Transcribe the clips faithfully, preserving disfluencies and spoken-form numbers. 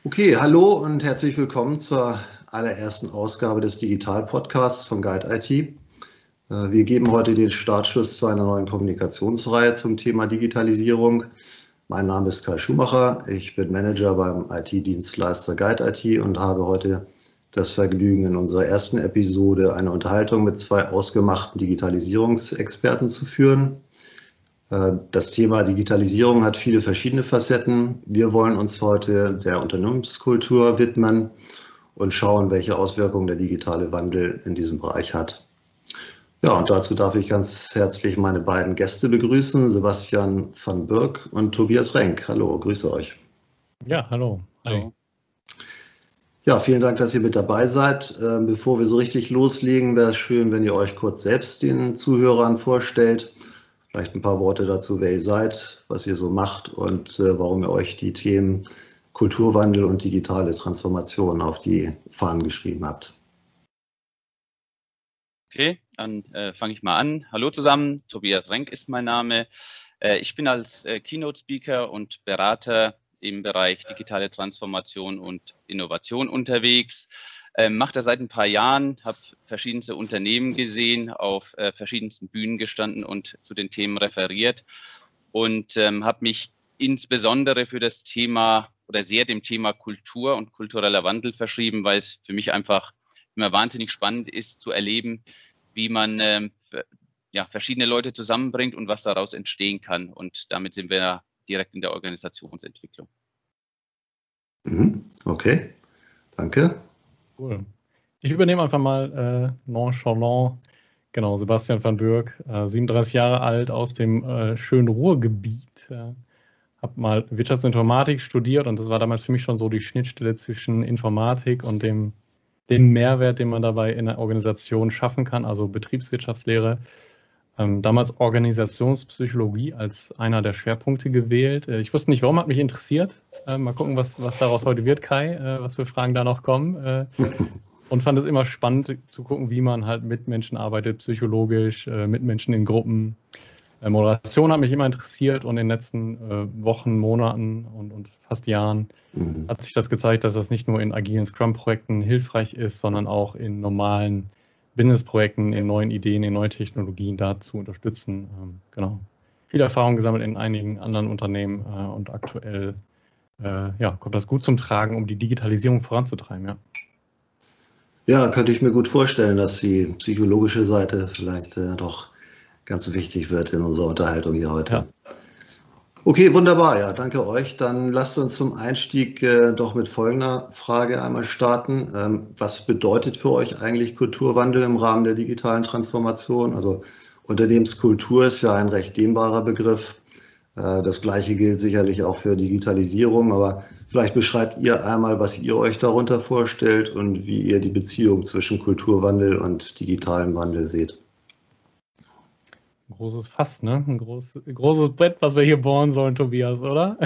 Okay, hallo und herzlich willkommen zur allerersten Ausgabe des Digital-Podcasts von Guide I T. Wir geben heute den Startschuss zu einer neuen Kommunikationsreihe zum Thema Digitalisierung. Mein Name ist Kai Schumacher, ich bin Manager beim I T-Dienstleister Guide I T und habe heute das Vergnügen, in unserer ersten Episode eine Unterhaltung mit zwei ausgemachten Digitalisierungsexperten zu führen. Das Thema Digitalisierung hat viele verschiedene Facetten. Wir wollen uns heute der Unternehmenskultur widmen und schauen, welche Auswirkungen der digitale Wandel in diesem Bereich hat. Ja, und dazu darf ich ganz herzlich meine beiden Gäste begrüßen, Sebastian van Birk und Tobias Renk. Hallo, grüße euch. Ja, hallo. Hallo. Ja, vielen Dank, dass ihr mit dabei seid. Bevor wir so richtig loslegen, wäre es schön, wenn ihr euch kurz selbst den Zuhörern vorstellt. Vielleicht ein paar Worte dazu, wer ihr seid, was ihr so macht und äh, warum ihr euch die Themen Kulturwandel und digitale Transformation auf die Fahnen geschrieben habt. Okay, dann äh, fange ich mal an. Hallo zusammen, Tobias Renk ist mein Name. Äh, ich bin als äh, Keynote-Speaker und Berater im Bereich digitale Transformation und Innovation unterwegs. Ähm, mache das seit ein paar Jahren, habe verschiedenste Unternehmen gesehen, auf äh, verschiedensten Bühnen gestanden und zu den Themen referiert und ähm, habe mich insbesondere für das Thema oder sehr dem Thema Kultur und kultureller Wandel verschrieben, weil es für mich einfach immer wahnsinnig spannend ist zu erleben, wie man ähm, ja, verschiedene Leute zusammenbringt und was daraus entstehen kann. Und damit sind wir direkt in der Organisationsentwicklung. Okay, danke. Cool. Ich übernehme einfach mal äh, nonchalant, genau, Sebastian van Birk, äh, siebenunddreißig Jahre alt, aus dem äh, schönen Ruhrgebiet. Äh, habe mal Wirtschaftsinformatik studiert und das war damals für mich schon so die Schnittstelle zwischen Informatik und dem, dem Mehrwert, den man dabei in der Organisation schaffen kann, also Betriebswirtschaftslehre. Ähm, damals Organisationspsychologie als einer der Schwerpunkte gewählt. Äh, ich wusste nicht, warum, hat mich interessiert. Äh, mal gucken, was, was daraus heute wird, Kai, äh, was für Fragen da noch kommen. Äh, und fand es immer spannend zu gucken, wie man halt mit Menschen arbeitet, psychologisch, äh, mit Menschen in Gruppen. Äh, Moderation hat mich immer interessiert und in den letzten äh, Wochen, Monaten und, und fast Jahren mhm. hat sich das gezeigt, dass das nicht nur in agilen Scrum-Projekten hilfreich ist, sondern auch in normalen Business-Projekten, in neuen Ideen, in neuen Technologien da zu unterstützen. Ähm, genau. Viel Erfahrung gesammelt in einigen anderen Unternehmen äh, und aktuell äh, ja, kommt das gut zum Tragen, um die Digitalisierung voranzutreiben. Ja, ja könnte ich mir gut vorstellen, dass die psychologische Seite vielleicht äh, doch ganz wichtig wird in unserer Unterhaltung hier heute. Ja. Okay, wunderbar. Ja, danke euch. Dann lasst uns zum Einstieg äh, doch mit folgender Frage einmal starten. Ähm, was bedeutet für euch eigentlich Kulturwandel im Rahmen der digitalen Transformation? Also Unternehmenskultur ist ja ein recht dehnbarer Begriff. Äh, das Gleiche gilt sicherlich auch für Digitalisierung. Aber vielleicht beschreibt ihr einmal, was ihr euch darunter vorstellt und wie ihr die Beziehung zwischen Kulturwandel und digitalem Wandel seht. Ein großes Fass, ne? Ein groß, großes Brett, was wir hier bohren sollen, Tobias, oder?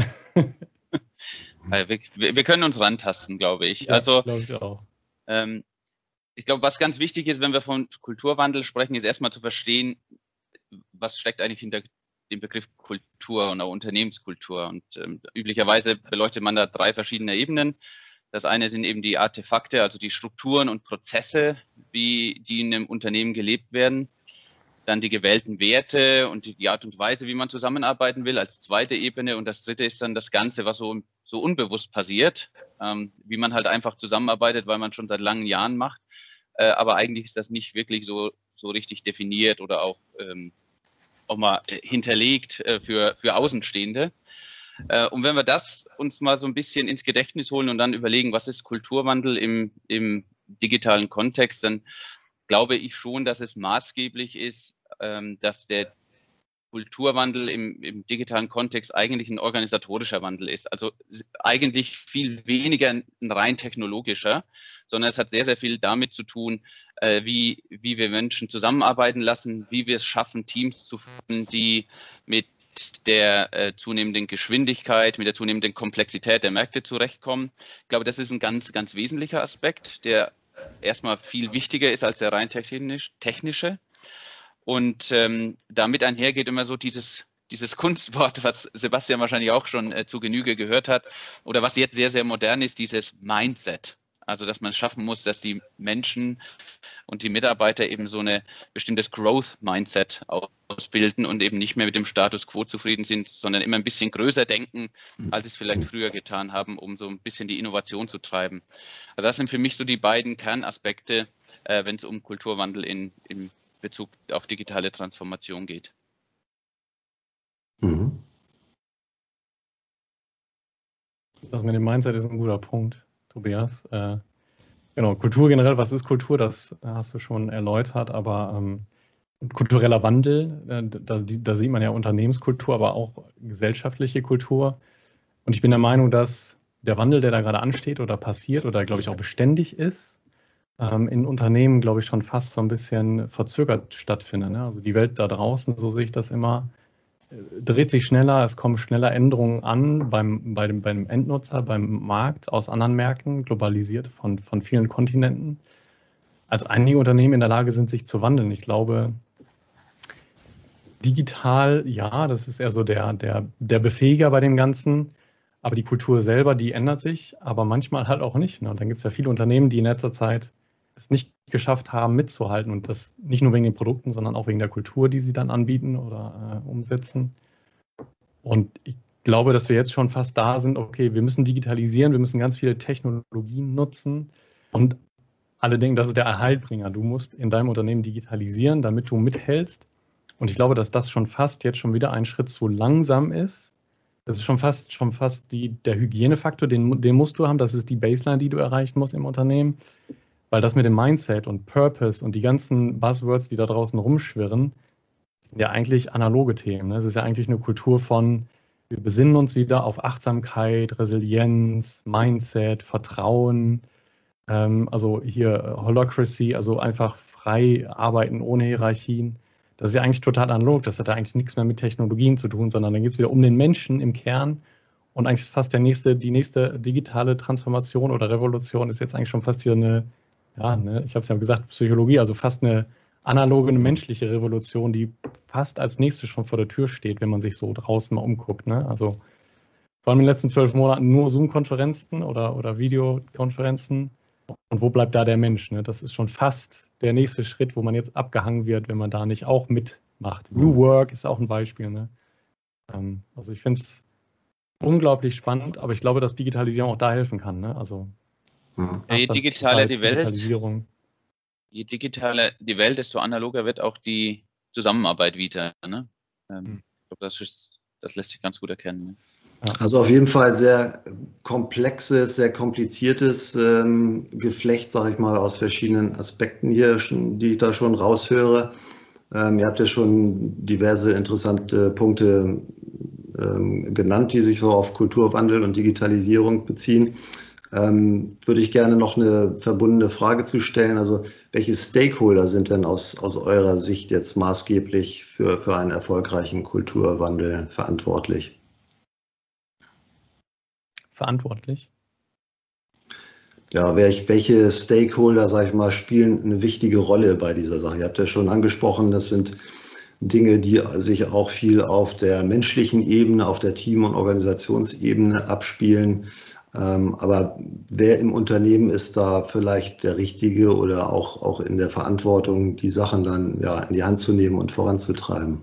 wir, wir können uns rantasten, glaube ich. Ja, also, glaube ich auch. Ähm, ich glaube, was ganz wichtig ist, wenn wir von Kulturwandel sprechen, ist erstmal zu verstehen, was steckt eigentlich hinter dem Begriff Kultur und auch Unternehmenskultur. Und ähm, üblicherweise beleuchtet man da drei verschiedene Ebenen. Das eine sind eben die Artefakte, also die Strukturen und Prozesse, wie die in einem Unternehmen gelebt werden. Dann die gewählten Werte und die Art und Weise, wie man zusammenarbeiten will, als zweite Ebene. Und das dritte ist dann das Ganze, was so, so unbewusst passiert, ähm, wie man halt einfach zusammenarbeitet, weil man schon seit langen Jahren macht. Äh, aber eigentlich ist das nicht wirklich so, so richtig definiert oder auch, ähm, auch mal hinterlegt äh, für, für Außenstehende. Äh, und wenn wir das uns mal so ein bisschen ins Gedächtnis holen und dann überlegen, was ist Kulturwandel im, im digitalen Kontext, dann glaube ich schon, dass es maßgeblich ist, dass der Kulturwandel im, im digitalen Kontext eigentlich ein organisatorischer Wandel ist. Also eigentlich viel weniger ein rein technologischer, sondern es hat sehr, sehr viel damit zu tun, äh, wie, wie wir Menschen zusammenarbeiten lassen, wie wir es schaffen, Teams zu finden, die mit der äh, zunehmenden Geschwindigkeit, mit der zunehmenden Komplexität der Märkte zurechtkommen. Ich glaube, das ist ein ganz, ganz wesentlicher Aspekt, der erstmal viel wichtiger ist als der rein technisch, technische. Und ähm, damit einhergeht immer so dieses dieses Kunstwort, was Sebastian wahrscheinlich auch schon äh, zu Genüge gehört hat, oder was jetzt sehr, sehr modern ist, dieses Mindset. Also, dass man es schaffen muss, dass die Menschen und die Mitarbeiter eben so ein bestimmtes Growth-Mindset ausbilden und eben nicht mehr mit dem Status quo zufrieden sind, sondern immer ein bisschen größer denken, als sie es vielleicht früher getan haben, um so ein bisschen die Innovation zu treiben. Also das sind für mich so die beiden Kernaspekte, äh, wenn es um Kulturwandel in, in Bezug auf digitale Transformation geht. Mhm. Das mit dem Mindset ist ein guter Punkt, Tobias. Äh, genau, Kultur generell, was ist Kultur? Das hast du schon erläutert, aber ähm, kultureller Wandel, äh, da, da sieht man ja Unternehmenskultur, aber auch gesellschaftliche Kultur. Und ich bin der Meinung, dass der Wandel, der da gerade ansteht oder passiert oder, glaube ich, auch beständig ist, ähm, in Unternehmen, glaube ich, schon fast so ein bisschen verzögert stattfindet. Ne? Also die Welt da draußen, so sehe ich das immer, dreht sich schneller, es kommen schneller Änderungen an beim, bei dem, beim Endnutzer, beim Markt aus anderen Märkten, globalisiert von, von vielen Kontinenten, als einige Unternehmen in der Lage sind, sich zu wandeln. Ich glaube, digital, ja, das ist eher so der, der, der Befähiger bei dem Ganzen, aber die Kultur selber, die ändert sich, aber manchmal halt auch nicht. Ne? Und dann gibt es ja viele Unternehmen, die in letzter Zeit es nicht geschafft haben, mitzuhalten und das nicht nur wegen den Produkten, sondern auch wegen der Kultur, die sie dann anbieten oder äh, umsetzen. Und ich glaube, dass wir jetzt schon fast da sind, okay, wir müssen digitalisieren, wir müssen ganz viele Technologien nutzen und alle denken, das ist der Allheilbringer. Du musst in deinem Unternehmen digitalisieren, damit du mithältst. Und ich glaube, dass das schon fast jetzt schon wieder ein Schritt zu langsam ist. Das ist schon fast, schon fast die, der Hygienefaktor, den, den musst du haben. Das ist die Baseline, die du erreichen musst im Unternehmen. Weil das mit dem Mindset und Purpose und die ganzen Buzzwords, die da draußen rumschwirren, sind ja eigentlich analoge Themen. Es ist ja eigentlich eine Kultur von, wir besinnen uns wieder auf Achtsamkeit, Resilienz, Mindset, Vertrauen, ähm, also hier Holacracy, also einfach frei arbeiten ohne Hierarchien. Das ist ja eigentlich total analog. Das hat ja eigentlich nichts mehr mit Technologien zu tun, sondern dann geht es wieder um den Menschen im Kern. Und eigentlich ist fast der nächste, die nächste digitale Transformation oder Revolution ist jetzt eigentlich schon fast wieder eine, ja, ne, ich habe es ja gesagt, Psychologie, also fast eine analoge, eine menschliche Revolution, die fast als nächste schon vor der Tür steht, wenn man sich so draußen mal umguckt. Ne? Also vor allem in den letzten zwölf Monaten nur Zoom-Konferenzen oder, oder Videokonferenzen. Und wo bleibt da der Mensch? Ne? Das ist schon fast der nächste Schritt, wo man jetzt abgehangen wird, wenn man da nicht auch mitmacht. New Work ist auch ein Beispiel. Ne? Ähm, also ich finde es unglaublich spannend, aber ich glaube, dass Digitalisierung auch da helfen kann. Ne? Also je digitaler die Welt, Digitalisierung. je digitaler die Welt, desto analoger wird auch die Zusammenarbeit wieder. Ne? Ähm, hm. Ich glaube, das, ist, das lässt sich ganz gut erkennen. Ne? Also auf jeden Fall sehr komplexes, sehr kompliziertes ähm, Geflecht, sage ich mal, aus verschiedenen Aspekten hier, die ich da schon raushöre. Ähm, ihr habt ja schon diverse interessante Punkte ähm, genannt, die sich so auf Kulturwandel und Digitalisierung beziehen. Ähm, würde ich gerne noch eine verbundene Frage zu stellen. Also welche Stakeholder sind denn aus, aus eurer Sicht jetzt maßgeblich für, für einen erfolgreichen Kulturwandel verantwortlich? Verantwortlich? Ja, welche Stakeholder, sage ich mal, spielen eine wichtige Rolle bei dieser Sache? Ihr habt ja schon angesprochen, das sind Dinge, die sich auch viel auf der menschlichen Ebene, auf der Team- und Organisationsebene abspielen. Aber wer im Unternehmen ist da vielleicht der Richtige oder auch, auch in der Verantwortung, die Sachen dann ja in die Hand zu nehmen und voranzutreiben?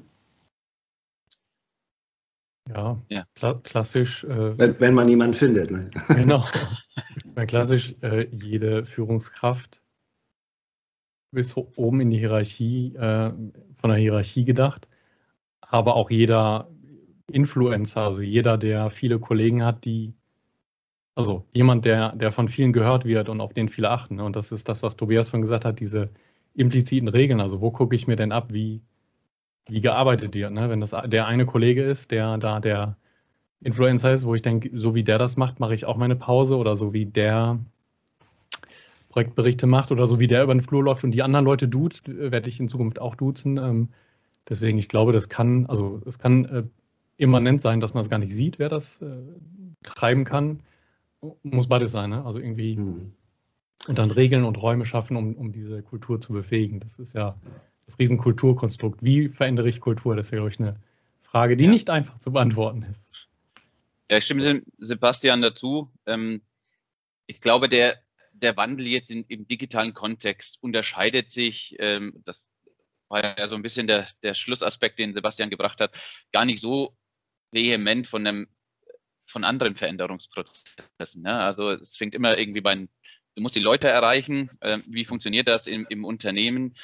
Ja, ja. Kla klassisch. Äh, wenn, wenn man jemanden findet. Ne? Genau. Klassisch äh, jede Führungskraft bis oben in die Hierarchie, äh, von der Hierarchie gedacht, aber auch jeder Influencer, also jeder, der viele Kollegen hat, die, also jemand, der, der von vielen gehört wird und auf den viele achten. Ne? Und das ist das, was Tobias schon gesagt hat, diese impliziten Regeln. Also wo gucke ich mir denn ab, wie wie gearbeitet wird, ne? Wenn das der eine Kollege ist, der da der Influencer ist, wo ich denke, so wie der das macht, mache ich auch meine Pause oder so wie der Projektberichte macht oder so wie der über den Flur läuft und die anderen Leute duzt, werde ich in Zukunft auch duzen. Ähm, deswegen, ich glaube, das kann, also es kann äh, immanent sein, dass man es gar nicht sieht, wer das äh, treiben kann. Muss beides sein, ne? Also irgendwie hm. und dann Regeln und Räume schaffen, um, um diese Kultur zu befähigen. Das ist ja das Riesenkulturkonstrukt. Wie verändere ich Kultur? Das ist ja, glaube ich, eine Frage, die ja. nicht einfach zu beantworten ist. Ja, ich stimme Sebastian dazu. Ähm, ich glaube, der, der Wandel jetzt in, im digitalen Kontext unterscheidet sich, ähm, das war ja so ein bisschen der, der Schlussaspekt, den Sebastian gebracht hat, gar nicht so vehement von einem von anderen Veränderungsprozessen. Ne? Also es fängt immer irgendwie bei, du musst die Leute erreichen. Ähm, wie funktioniert das im, im Unternehmen?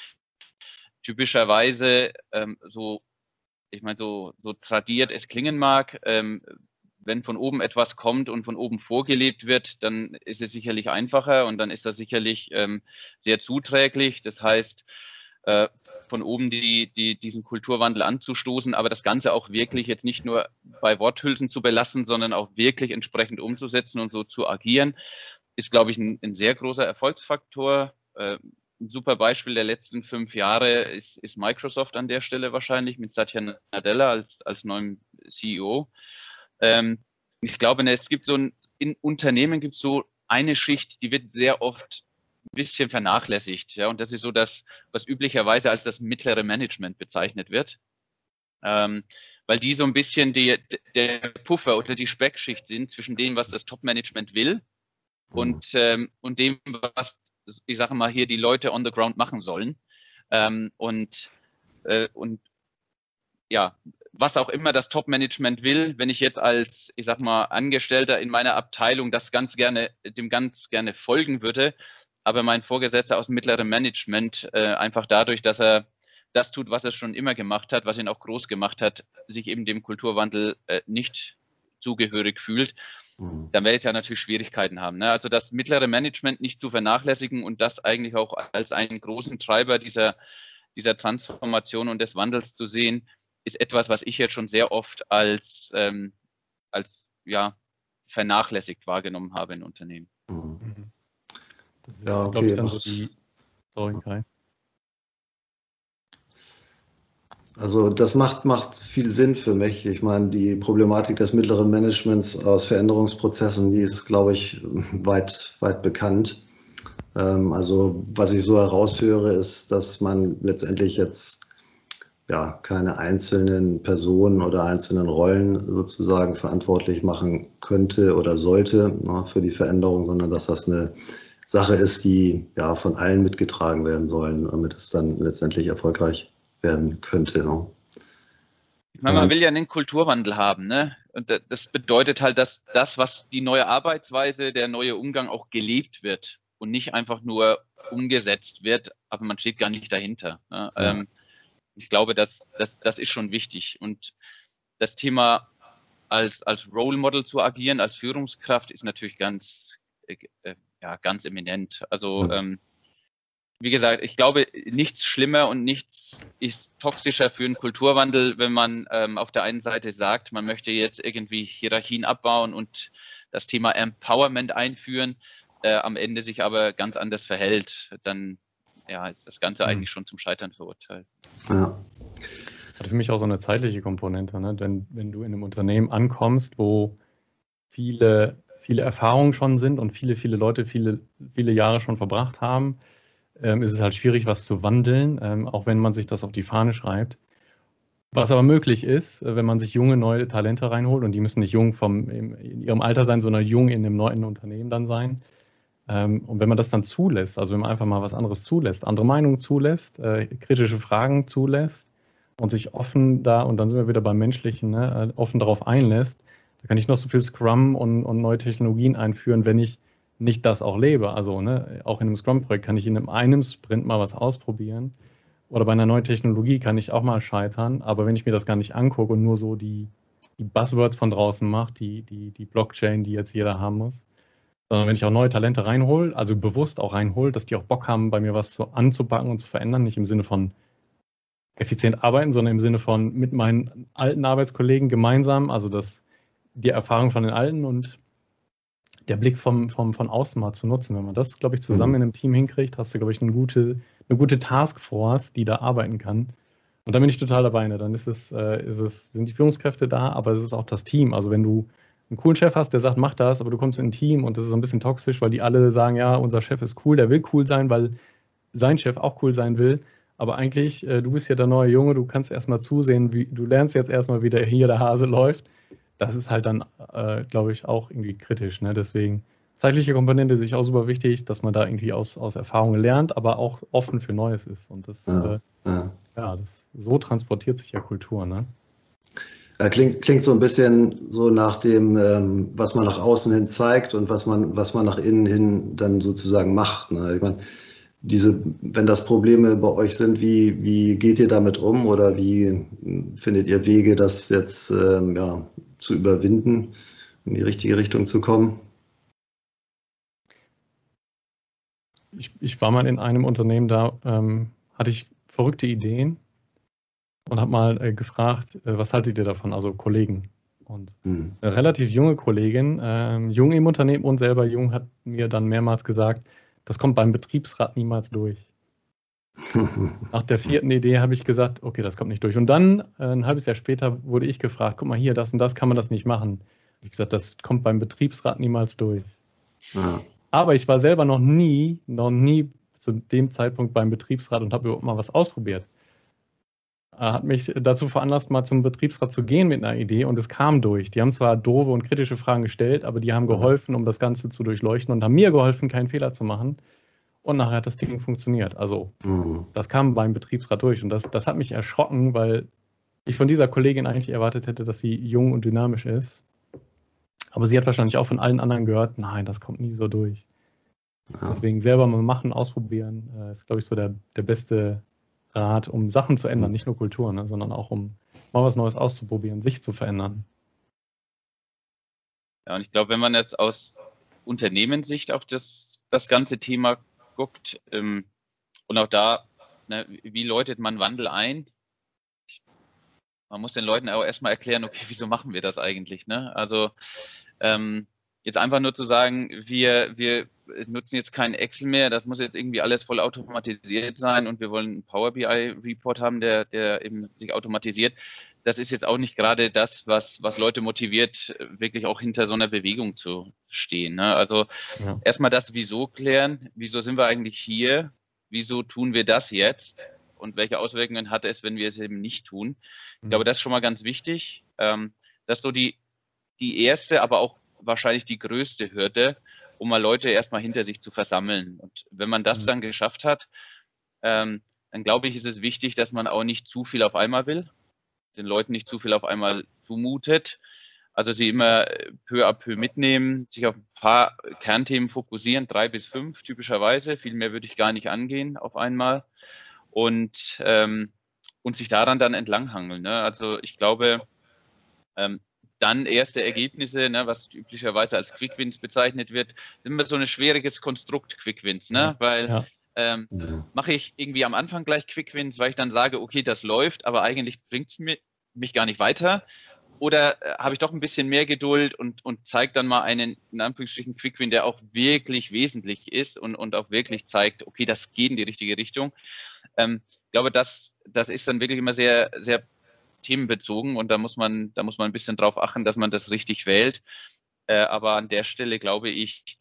Typischerweise ähm, so, ich meine, so, so tradiert es klingen mag, ähm, wenn von oben etwas kommt und von oben vorgelebt wird, dann ist es sicherlich einfacher und dann ist das sicherlich ähm, sehr zuträglich. Das heißt, äh, von oben die, die, diesen Kulturwandel anzustoßen, aber das Ganze auch wirklich jetzt nicht nur bei Worthülsen zu belassen, sondern auch wirklich entsprechend umzusetzen und so zu agieren, ist, glaube ich, ein, ein sehr großer Erfolgsfaktor. Äh, ein super Beispiel der letzten fünf Jahre ist, ist Microsoft an der Stelle wahrscheinlich mit Satya Nadella als, als neuem C E O. Ähm, ich glaube, es gibt so ein, in Unternehmen gibt es so eine Schicht, die wird sehr oft ein bisschen vernachlässigt. Ja, und das ist so das, was üblicherweise als das mittlere Management bezeichnet wird. Ähm, weil die so ein bisschen die, der Puffer oder die Speckschicht sind zwischen dem, was das Top-Management will und, ähm, und dem, was, ich sage mal, hier die Leute on the ground machen sollen. Ähm, und, äh, und ja, was auch immer das Top-Management will, wenn ich jetzt als, ich sag mal, Angestellter in meiner Abteilung das ganz gerne, dem ganz gerne folgen würde, aber mein Vorgesetzter aus dem mittleren Management äh, einfach dadurch, dass er das tut, was er schon immer gemacht hat, was ihn auch groß gemacht hat, sich eben dem Kulturwandel äh, nicht zugehörig fühlt, mhm. dann werde ich ja natürlich Schwierigkeiten haben. Ne? Also das mittlere Management nicht zu vernachlässigen und das eigentlich auch als einen großen Treiber dieser, dieser Transformation und des Wandels zu sehen, ist etwas, was ich jetzt schon sehr oft als, ähm, als ja, vernachlässigt wahrgenommen habe in Unternehmen. Mhm. Das ist, ja, okay, glaube ich, dann so die. Sorry, Kai. Also das macht, macht viel Sinn für mich. Ich meine, die Problematik des mittleren Managements aus Veränderungsprozessen, die ist, glaube ich, weit, weit bekannt. Ähm, also was ich so heraushöre, ist, dass man letztendlich jetzt ja keine einzelnen Personen oder einzelnen Rollen sozusagen verantwortlich machen könnte oder sollte, na, für die Veränderung, sondern dass das eine Sache ist, die ja von allen mitgetragen werden sollen, damit es dann letztendlich erfolgreich werden könnte. Ne? Ich meine, man will ja einen Kulturwandel haben, ne? Und das bedeutet halt, dass das, was die neue Arbeitsweise, der neue Umgang auch gelebt wird und nicht einfach nur umgesetzt wird, aber man steht gar nicht dahinter. Ne? Ja. Ähm, ich glaube, das, das, das ist schon wichtig. Und das Thema als, als Role Model zu agieren, als Führungskraft, ist natürlich ganz, äh, ja, ganz eminent. Also, ja. ähm, wie gesagt, ich glaube, nichts schlimmer und nichts ist toxischer für einen Kulturwandel, wenn man ähm, auf der einen Seite sagt, man möchte jetzt irgendwie Hierarchien abbauen und das Thema Empowerment einführen, äh, am Ende sich aber ganz anders verhält. Dann ja, ist das Ganze eigentlich schon zum Scheitern verurteilt. Ja. Hat für mich auch so eine zeitliche Komponente, ne? Denn wenn du in einem Unternehmen ankommst, wo viele, viele Erfahrungen schon sind und viele, viele Leute viele, viele Jahre schon verbracht haben, ähm, ist es halt schwierig, was zu wandeln, ähm, auch wenn man sich das auf die Fahne schreibt. Was aber möglich ist, wenn man sich junge, neue Talente reinholt, und die müssen nicht jung vom, in ihrem Alter sein, sondern jung in einem neuen Unternehmen dann sein. Ähm, und wenn man das dann zulässt, also wenn man einfach mal was anderes zulässt, andere Meinungen zulässt, äh, kritische Fragen zulässt und sich offen da, und dann sind wir wieder beim Menschlichen, ne, offen darauf einlässt, da kann ich noch so viel Scrum und, und neue Technologien einführen, wenn ich nicht das auch lebe. Also ne, auch in einem Scrum-Projekt kann ich in einem, einem Sprint mal was ausprobieren. Oder bei einer neuen Technologie kann ich auch mal scheitern. Aber wenn ich mir das gar nicht angucke und nur so die, die Buzzwords von draußen mache, die, die, die Blockchain, die jetzt jeder haben muss, sondern wenn ich auch neue Talente reinhole, also bewusst auch reinhole, dass die auch Bock haben, bei mir was zu, anzupacken und zu verändern, nicht im Sinne von effizient arbeiten, sondern im Sinne von mit meinen alten Arbeitskollegen gemeinsam, also das, die Erfahrung von den Alten und der Blick vom, vom, von außen mal zu nutzen. Wenn man das, glaube ich, zusammen mhm. in einem Team hinkriegt, hast du, glaube ich, eine gute, eine gute Taskforce, die da arbeiten kann. Und da bin ich total dabei. Ne? Dann ist es, äh, ist es, sind die Führungskräfte da, aber es ist auch das Team. Also wenn du einen coolen Chef hast, der sagt, mach das, aber du kommst in ein Team und das ist so ein bisschen toxisch, weil die alle sagen, ja, unser Chef ist cool, der will cool sein, weil sein Chef auch cool sein will. aber eigentlich, äh, du bist ja der neue Junge, du kannst erstmal zusehen, wie, du lernst jetzt erstmal, wie der, hier der Hase läuft. Das ist halt dann, äh, glaube ich, auch irgendwie kritisch. Ne? Deswegen zeitliche Komponente ist sich auch super wichtig, dass man da irgendwie aus, aus Erfahrungen lernt, aber auch offen für Neues ist. Und das, Ja, äh, ja. ja, das so transportiert sich ja Kultur, ne? Ja, klingt, klingt so ein bisschen so nach dem, ähm, was man nach außen hin zeigt und was man, was man nach innen hin dann sozusagen macht. Ne? Ich meine, diese, wenn das Probleme bei euch sind, wie, wie geht ihr damit um oder wie findet ihr Wege, das jetzt ähm, ja, zu überwinden, in die richtige Richtung zu kommen? Ich, ich war mal in einem Unternehmen, da ähm, hatte ich verrückte Ideen und habe mal äh, gefragt, äh, was haltet ihr davon, also Kollegen. Und Hm. eine relativ junge Kollegin, ähm, jung im Unternehmen und selber jung, hat mir dann mehrmals gesagt, das kommt beim Betriebsrat niemals durch. Nach der vierten Idee habe ich gesagt, okay, das kommt nicht durch. Und dann, äh, ein halbes Jahr später, wurde ich gefragt, guck mal hier, das und das kann man das nicht machen. Ich habe gesagt, das kommt beim Betriebsrat niemals durch. Ja. Aber ich war selber noch nie, noch nie zu dem Zeitpunkt beim Betriebsrat und habe überhaupt mal was ausprobiert. Hat mich dazu veranlasst, mal zum Betriebsrat zu gehen mit einer Idee und es kam durch. Die haben zwar doofe und kritische Fragen gestellt, aber die haben geholfen, um das Ganze zu durchleuchten und haben mir geholfen, keinen Fehler zu machen. Und nachher hat das Ding funktioniert. Also Mhm. das kam beim Betriebsrat durch und das, das hat mich erschrocken, weil ich von dieser Kollegin eigentlich erwartet hätte, dass sie jung und dynamisch ist. Aber sie hat wahrscheinlich auch von allen anderen gehört, nein, das kommt nie so durch. Ja. Deswegen selber mal machen, ausprobieren, äh, ist, glaube ich, so der, der beste Rat, um Sachen zu ändern, nicht nur Kultur, ne, sondern auch um mal was Neues auszuprobieren, sich zu verändern. Ja, und ich glaube, wenn man jetzt aus Unternehmenssicht auf das, das ganze Thema guckt, ähm, und auch da, ne, wie läutet man Wandel ein? Ich, man muss den Leuten auch erstmal erklären, okay, wieso machen wir das eigentlich? Ne? Also ähm, jetzt einfach nur zu sagen, wir, wir nutzen jetzt kein Excel mehr, das muss jetzt irgendwie alles voll automatisiert sein und wir wollen einen Power B I Report haben, der, der eben sich automatisiert. Das ist jetzt auch nicht gerade das, was, was Leute motiviert, wirklich auch hinter so einer Bewegung zu stehen. Ne? Also Ja. erstmal das Wieso klären. Wieso sind wir eigentlich hier? Wieso tun wir das jetzt? Und welche Auswirkungen hat es, wenn wir es eben nicht tun? Ich glaube, das ist schon mal ganz wichtig. Ähm, das ist so die, die erste, aber auch wahrscheinlich die größte Hürde, um mal Leute erstmal hinter sich zu versammeln. Und wenn man das dann geschafft hat, ähm, dann glaube ich, ist es wichtig, dass man auch nicht zu viel auf einmal will, den Leuten nicht zu viel auf einmal zumutet. Also sie immer peu à peu mitnehmen, sich auf ein paar Kernthemen fokussieren, drei bis fünf typischerweise. Viel mehr würde ich gar nicht angehen auf einmal. Und, ähm, und sich daran dann entlanghangeln. Ne? Also ich glaube, ähm, dann erste Ergebnisse, ne, was üblicherweise als Quick Wins bezeichnet wird, immer so ein schwieriges Konstrukt Quick Wins, ne? Weil Ja. ähm, Ja. mache ich irgendwie am Anfang gleich Quick Wins, weil ich dann sage, okay, das läuft, aber eigentlich bringt es mich, mich gar nicht weiter. Oder äh, habe ich doch ein bisschen mehr Geduld und, und zeige dann mal einen, in Anführungsstrichen, Quick Win, der auch wirklich wesentlich ist und, und auch wirklich zeigt, okay, das geht in die richtige Richtung. Ähm, ich glaube, das, das ist dann wirklich immer sehr, sehr themenbezogen und da muss man, da muss man ein bisschen drauf achten, dass man das richtig wählt. Äh, aber an der Stelle glaube ich,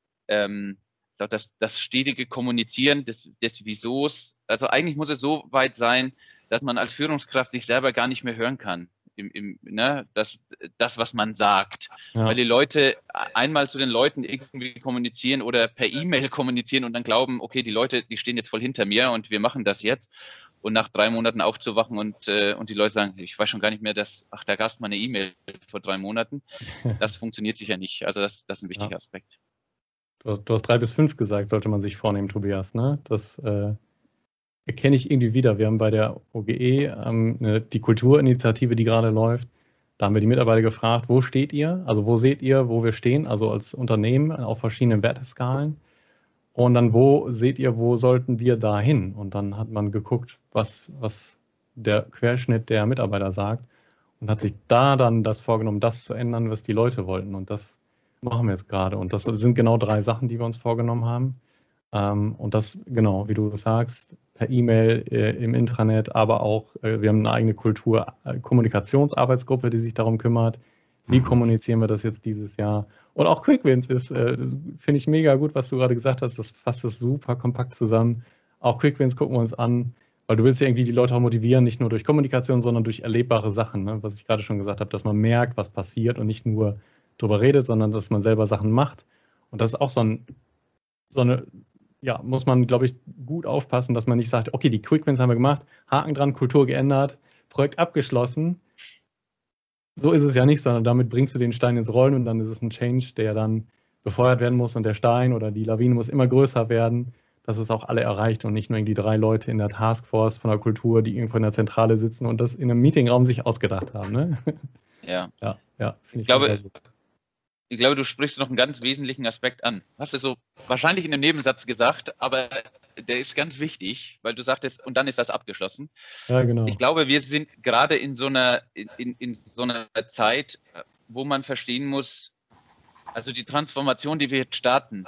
ähm, das, das stetige Kommunizieren des, des Wiesos, also eigentlich muss es so weit sein, dass man als Führungskraft sich selber gar nicht mehr hören kann. Im, im, ne, das, das, was man sagt. Ja. Weil die Leute einmal zu den Leuten irgendwie kommunizieren oder per E-Mail kommunizieren und dann glauben, okay, die Leute, die stehen jetzt voll hinter mir und wir machen das jetzt. Und nach drei Monaten aufzuwachen und, äh, und die Leute sagen, ich weiß schon gar nicht mehr, dass, ach, da gab es mal eine E-Mail vor drei Monaten. Das funktioniert sicher nicht. Also das, das ist ein wichtiger Ja. Aspekt. Du hast, du hast drei bis fünf gesagt, sollte man sich vornehmen, Tobias. Ne? Das äh, erkenne ich irgendwie wieder. Wir haben bei der O G E ähm, eine, die Kulturinitiative, die gerade läuft. Da haben wir die Mitarbeiter gefragt, wo steht ihr? Also wo seht ihr, wo wir stehen? Also als Unternehmen auf verschiedenen Werteskalen. Und dann, wo seht ihr, wo sollten wir da hin? Und dann hat man geguckt, was, was der Querschnitt der Mitarbeiter sagt und hat sich da dann das vorgenommen, das zu ändern, was die Leute wollten. Und das machen wir jetzt gerade. Und das sind genau drei Sachen, die wir uns vorgenommen haben. Ähm, und das, genau, wie du sagst, per E-Mail, äh, im Intranet, aber auch, äh, wir haben eine eigene Kultur, äh, Kommunikationsarbeitsgruppe, die sich darum kümmert. Wie Mhm. kommunizieren wir das jetzt dieses Jahr? Und auch Quick Wins ist, äh, finde ich mega gut, was du gerade gesagt hast. Das fasst es super kompakt zusammen. Auch Quick Wins gucken wir uns an. Weil du willst ja irgendwie die Leute auch motivieren, nicht nur durch Kommunikation, sondern durch erlebbare Sachen, ne? Was ich gerade schon gesagt habe, dass man merkt, was passiert und nicht nur drüber redet, sondern dass man selber Sachen macht. Und das ist auch so, ein, so eine, ja, muss man, glaube ich, gut aufpassen, dass man nicht sagt, okay, die Quick Wins haben wir gemacht, Haken dran, Kultur geändert, Projekt abgeschlossen. So ist es ja nicht, sondern damit bringst du den Stein ins Rollen und dann ist es ein Change, der dann befeuert werden muss und der Stein oder die Lawine muss immer größer werden, dass es auch alle erreicht und nicht nur irgendwie drei Leute in der Taskforce von der Kultur, die irgendwo in der Zentrale sitzen und das in einem Meetingraum sich ausgedacht haben. Ne? Ja. Ja, ja, ich, ich glaube, ich glaube, du sprichst noch einen ganz wesentlichen Aspekt an. Hast du so wahrscheinlich in einem Nebensatz gesagt, aber der ist ganz wichtig, weil du sagtest, und dann ist das abgeschlossen. Ja, genau. Ich glaube, wir sind gerade in so einer, in, in so einer Zeit, wo man verstehen muss, also die Transformation, die wir jetzt starten,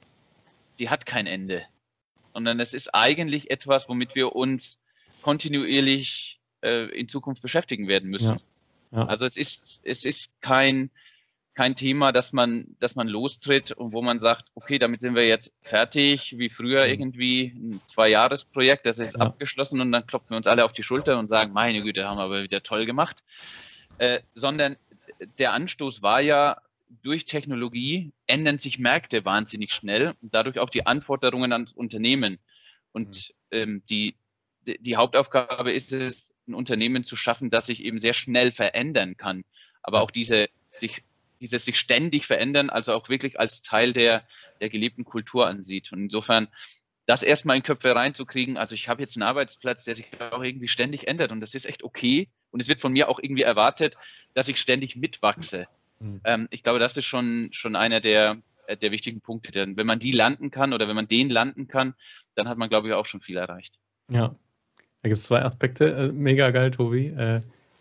die hat kein Ende. Sondern es ist eigentlich etwas, womit wir uns kontinuierlich äh, in Zukunft beschäftigen werden müssen. Ja. Ja. Also es ist, es ist kein, kein Thema, dass man, dass man lostritt und wo man sagt, okay, damit sind wir jetzt fertig, wie früher irgendwie ein Zwei-Jahres-Projekt, das ist Ja. abgeschlossen und dann klopfen wir uns alle auf die Schulter und sagen, meine Güte, haben wir aber wieder toll gemacht. Äh, sondern der Anstoß war ja, durch Technologie ändern sich Märkte wahnsinnig schnell und dadurch auch die Anforderungen an Unternehmen. Und ähm, die, die Hauptaufgabe ist es, ein Unternehmen zu schaffen, das sich eben sehr schnell verändern kann. Aber auch diese sich, dieses sich ständig verändern, also auch wirklich als Teil der, der gelebten Kultur ansieht. Und insofern das erstmal in Köpfe reinzukriegen, also ich habe jetzt einen Arbeitsplatz, der sich auch irgendwie ständig ändert und das ist echt okay. Und es wird von mir auch irgendwie erwartet, dass ich ständig mitwachse. Ähm, ich glaube, das ist schon, schon einer der, der wichtigen Punkte. Denn wenn man die landen kann oder wenn man den landen kann, dann hat man, glaube ich, auch schon viel erreicht. Ja, da gibt es zwei Aspekte. Äh, mega geil, Tobi. Äh,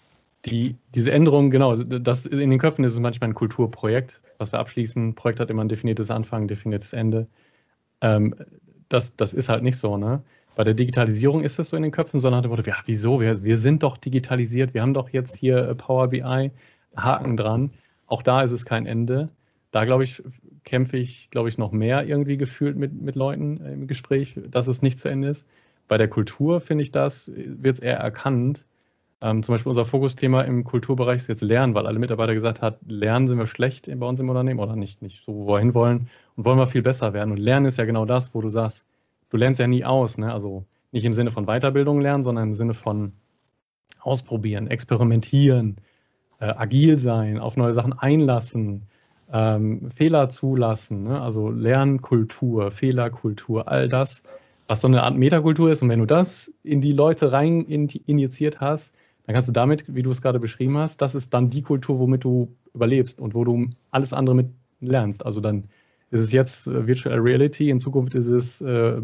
die, diese Änderung, genau, das, in den Köpfen ist es manchmal ein Kulturprojekt, was wir abschließen. Ein Projekt hat immer ein definiertes Anfang, ein definiertes Ende. Ähm, das, das ist halt nicht so, ne? Bei der Digitalisierung ist es so in den Köpfen, sondern wurde, ja, wieso? Wir, wir sind doch digitalisiert, wir haben doch jetzt hier Power B I, Haken dran. Auch da ist es kein Ende. Da, glaube ich, kämpfe ich, glaube ich, noch mehr irgendwie gefühlt mit, mit Leuten im Gespräch, dass es nicht zu Ende ist. Bei der Kultur, finde ich das, wird es eher erkannt. Ähm, zum Beispiel unser Fokusthema im Kulturbereich ist jetzt Lernen, weil alle Mitarbeiter gesagt haben, Lernen sind wir schlecht bei uns im Unternehmen oder nicht, nicht so, wo wir hinwollen und wollen wir viel besser werden. Und Lernen ist ja genau das, wo du sagst, du lernst ja nie aus, ne? Also nicht im Sinne von Weiterbildung lernen, sondern im Sinne von ausprobieren, experimentieren, äh, agil sein, auf neue Sachen einlassen, ähm, Fehler zulassen, ne? Also Lernkultur, Fehlerkultur, all das, was so eine Art Metakultur ist. Und wenn du das in die Leute rein injiziert hast, dann kannst du damit, wie du es gerade beschrieben hast, das ist dann die Kultur, womit du überlebst und wo du alles andere mit lernst. Also dann ist es jetzt äh, Virtual Reality, in Zukunft ist es, äh,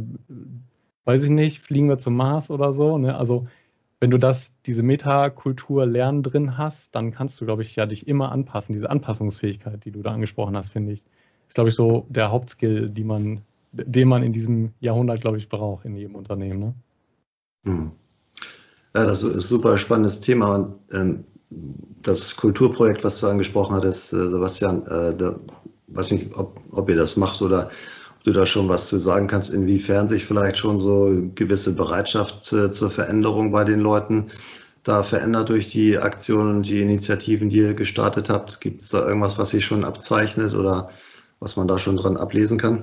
weiß ich nicht, fliegen wir zum Mars oder so, ne? Also wenn du das, diese Metakultur Lernen drin hast, dann kannst du, glaube ich, ja dich immer anpassen. Diese Anpassungsfähigkeit, die du da angesprochen hast, finde ich, ist, glaube ich, so der Hauptskill, die man, den man in diesem Jahrhundert, glaube ich, braucht in jedem Unternehmen. Ne? Hm. Ja, das ist ein super spannendes Thema. Und ähm, das Kulturprojekt, was du angesprochen hattest, äh, Sebastian, äh, da, weiß nicht, ob, ob ihr das macht oder ob du da schon was zu sagen kannst, inwiefern sich vielleicht schon so gewisse Bereitschaft äh, zur Veränderung bei den Leuten da verändert durch die Aktionen und die Initiativen, die ihr gestartet habt. Gibt es da irgendwas, was sich schon abzeichnet oder was man da schon dran ablesen kann?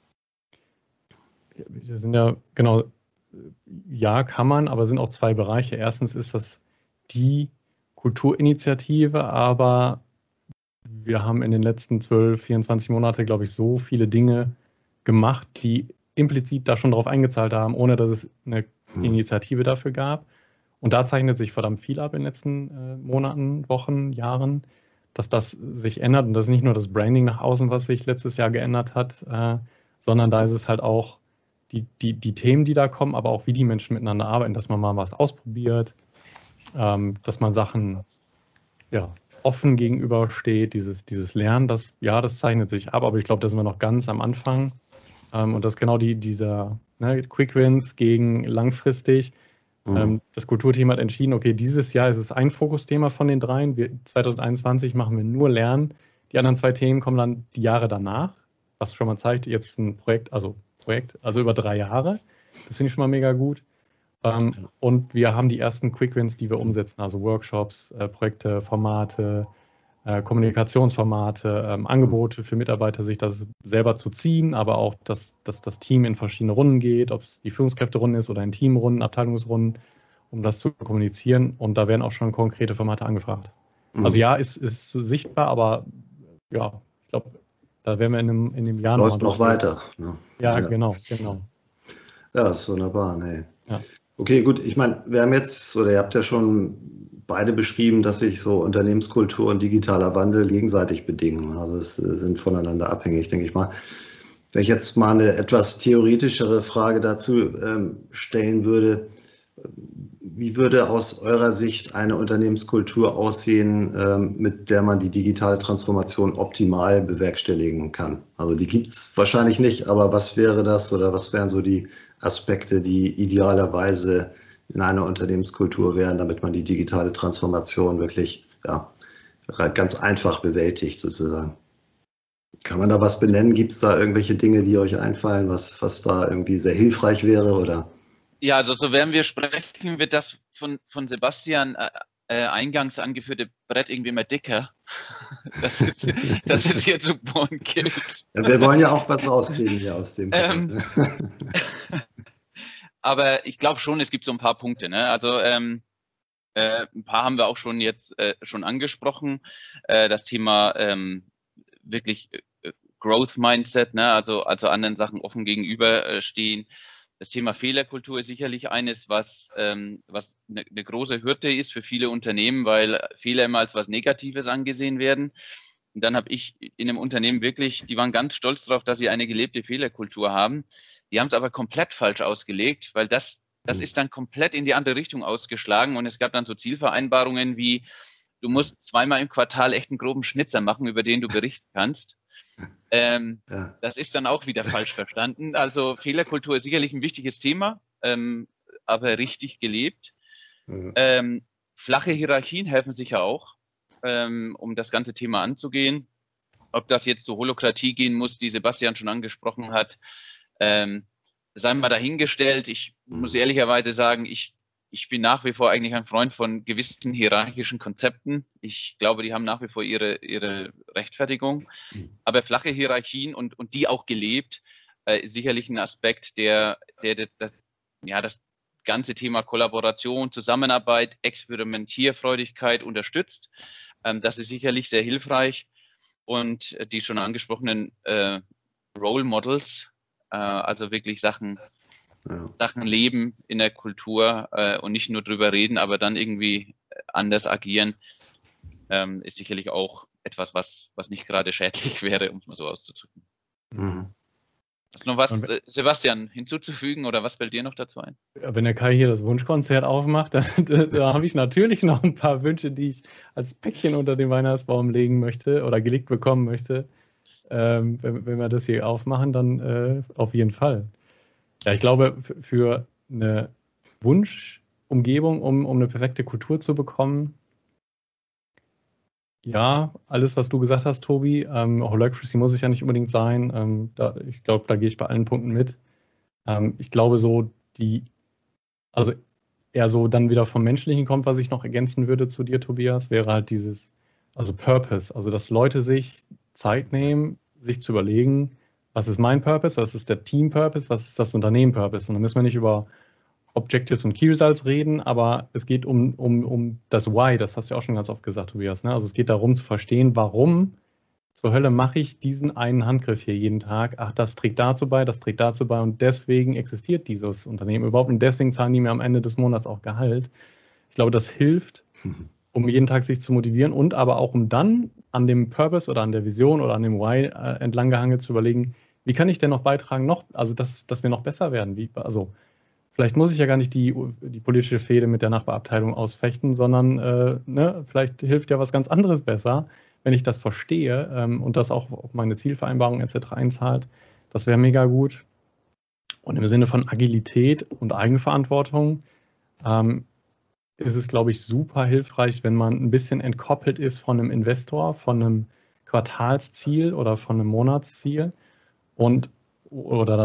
Wir sind ja, genau, ja, kann man, aber es sind auch zwei Bereiche. Erstens ist das die Kulturinitiative, aber wir haben in den letzten zwölf, vierundzwanzig Monate, glaube ich, so viele Dinge gemacht, die implizit da schon drauf eingezahlt haben, ohne dass es eine Initiative dafür gab. Und da zeichnet sich verdammt viel ab in den letzten äh, Monaten, Wochen, Jahren, dass das sich ändert. Und das ist nicht nur das Branding nach außen, was sich letztes Jahr geändert hat, äh, sondern da ist es halt auch die, die, die Themen, die da kommen, aber auch wie die Menschen miteinander arbeiten, dass man mal was ausprobiert, ähm, dass man Sachen ja, offen gegenübersteht, dieses, dieses Lernen, das, ja, das zeichnet sich ab, aber ich glaube, da sind wir noch ganz am Anfang. Ähm, und das ist genau die, dieser ne, Quick Wins gegen langfristig. Mhm. Ähm, das Kulturteam hat entschieden, okay, dieses Jahr ist es ein Fokusthema von den dreien. Wir, zwanzig einundzwanzig machen wir nur Lernen. Die anderen zwei Themen kommen dann die Jahre danach, was schon mal zeigt, jetzt ein Projekt, also Projekt, also über drei Jahre. Das finde ich schon mal mega gut. Ähm, und wir haben die ersten Quick Wins, die wir umsetzen, also Workshops, äh, Projekte, Formate, äh, Kommunikationsformate, ähm, Angebote für Mitarbeiter, sich das selber zu ziehen, aber auch, dass, dass das Team in verschiedene Runden geht, ob es die Führungskräfterunde ist oder in Teamrunden, Abteilungsrunden, um das zu kommunizieren. Und da werden auch schon konkrete Formate angefragt. Mhm. Also ja, ist, ist sichtbar, aber ja, ich glaube, da werden wir in einem, in dem Jahr Läuft noch noch weiter. Ne? Ja, Ja. genau, genau. Ja, das ist wunderbar. Nee. Ja. Okay, gut. Ich meine, wir haben jetzt, oder ihr habt ja schon beide beschrieben, dass sich so Unternehmenskultur und digitaler Wandel gegenseitig bedingen. Also es äh, sind voneinander abhängig, denke ich mal. Wenn ich jetzt mal eine etwas theoretischere Frage dazu ähm, stellen würde, wie würde aus eurer Sicht eine Unternehmenskultur aussehen, ähm, mit der man die digitale Transformation optimal bewerkstelligen kann? Also die gibt es wahrscheinlich nicht, aber was wäre das oder was wären so die Aspekte, die idealerweise in einer Unternehmenskultur wären, damit man die digitale Transformation wirklich ja, ganz einfach bewältigt sozusagen? Kann man da was benennen? Gibt es da irgendwelche Dinge, die euch einfallen, was, was da irgendwie sehr hilfreich wäre? Oder? Ja, also so werden wir sprechen, wird das von, von Sebastian äh, äh, eingangs angeführte Brett irgendwie immer dicker. Das ist, das ist hier zu bohren gilt. Ja, wir wollen ja auch was rauskriegen hier aus dem. Ähm, aber ich glaube schon, es gibt so ein paar Punkte. Ne? Also ähm, äh, ein paar haben wir auch schon jetzt äh, schon angesprochen. Äh, das Thema ähm, wirklich äh, Growth Mindset, ne? also, also anderen Sachen offen gegenüberstehen. Das Thema Fehlerkultur ist sicherlich eines, was, ähm, was eine, eine große Hürde ist für viele Unternehmen, weil Fehler immer als was Negatives angesehen werden. Und dann habe ich in einem Unternehmen wirklich, die waren ganz stolz darauf, dass sie eine gelebte Fehlerkultur haben. Die haben es aber komplett falsch ausgelegt, weil das, das ist dann komplett in die andere Richtung ausgeschlagen. Und es gab dann so Zielvereinbarungen wie, du musst zweimal im Quartal echt einen groben Schnitzer machen, über den du berichten kannst. Ähm, ja. Das ist dann auch wieder falsch verstanden. Also Fehlerkultur ist sicherlich ein wichtiges Thema, ähm, aber richtig gelebt. Mhm. Ähm, flache Hierarchien helfen sicher auch, ähm, um das ganze Thema anzugehen. Ob das jetzt zur Holokratie gehen muss, die Sebastian schon angesprochen hat, ähm, sei mal dahingestellt. Ich mhm. muss ehrlicherweise sagen, ich Ich bin nach wie vor eigentlich ein Freund von gewissen hierarchischen Konzepten. Ich glaube, die haben nach wie vor ihre, ihre Rechtfertigung. Aber flache Hierarchien und, und die auch gelebt, äh, ist sicherlich ein Aspekt, der, der das, das, ja, das ganze Thema Kollaboration, Zusammenarbeit, Experimentierfreudigkeit unterstützt. Ähm, das ist sicherlich sehr hilfreich. Und die schon angesprochenen äh, Role Models, äh, also wirklich Sachen, Ja. Sachen leben in der Kultur äh, und nicht nur drüber reden, aber dann irgendwie anders agieren, ähm, ist sicherlich auch etwas, was, was nicht gerade schädlich wäre, um es mal so auszudrücken. Mhm. Hast du noch was, äh, Sebastian, hinzuzufügen oder was fällt dir noch dazu ein? Wenn der Kai hier das Wunschkonzert aufmacht, dann, da, da habe ich natürlich noch ein paar Wünsche, die ich als Päckchen unter den Weihnachtsbaum legen möchte oder gelegt bekommen möchte. Ähm, wenn, wenn wir das hier aufmachen, dann äh, auf jeden Fall. Ja, ich glaube, für eine Wunschumgebung, um, um eine perfekte Kultur zu bekommen, ja, alles, was du gesagt hast, Tobi, ähm, Holacracy muss es ja nicht unbedingt sein. Ähm, da, ich glaube, da gehe ich bei allen Punkten mit. Ähm, ich glaube, so die, also eher so dann wieder vom Menschlichen kommt, was ich noch ergänzen würde zu dir, Tobias, wäre halt dieses, also Purpose, also dass Leute sich Zeit nehmen, sich zu überlegen, was ist mein Purpose, was ist der Team-Purpose, was ist das Unternehmen-Purpose? Und da müssen wir nicht über Objectives und Key Results reden, aber es geht um, um, um das Why, das hast du ja auch schon ganz oft gesagt, Tobias. Ne? Also es geht darum zu verstehen, warum zur Hölle mache ich diesen einen Handgriff hier jeden Tag? Ach, das trägt dazu bei, das trägt dazu bei und deswegen existiert dieses Unternehmen überhaupt und deswegen zahlen die mir am Ende des Monats auch Gehalt. Ich glaube, das hilft, um jeden Tag sich zu motivieren und aber auch um dann an dem Purpose oder an der Vision oder an dem Why äh, entlang gehangelt zu überlegen, wie kann ich denn noch beitragen, noch, also dass, dass wir noch besser werden? Wie, also vielleicht muss ich ja gar nicht die, die politische Fehde mit der Nachbarabteilung ausfechten, sondern äh, ne, vielleicht hilft ja was ganz anderes besser, wenn ich das verstehe ähm, und das auch auf meine Zielvereinbarung et cetera einzahlt. Das wäre mega gut. Und im Sinne von Agilität und Eigenverantwortung ähm, ist es, glaube ich, super hilfreich, wenn man ein bisschen entkoppelt ist von einem Investor, von einem Quartalsziel oder von einem Monatsziel und oder dann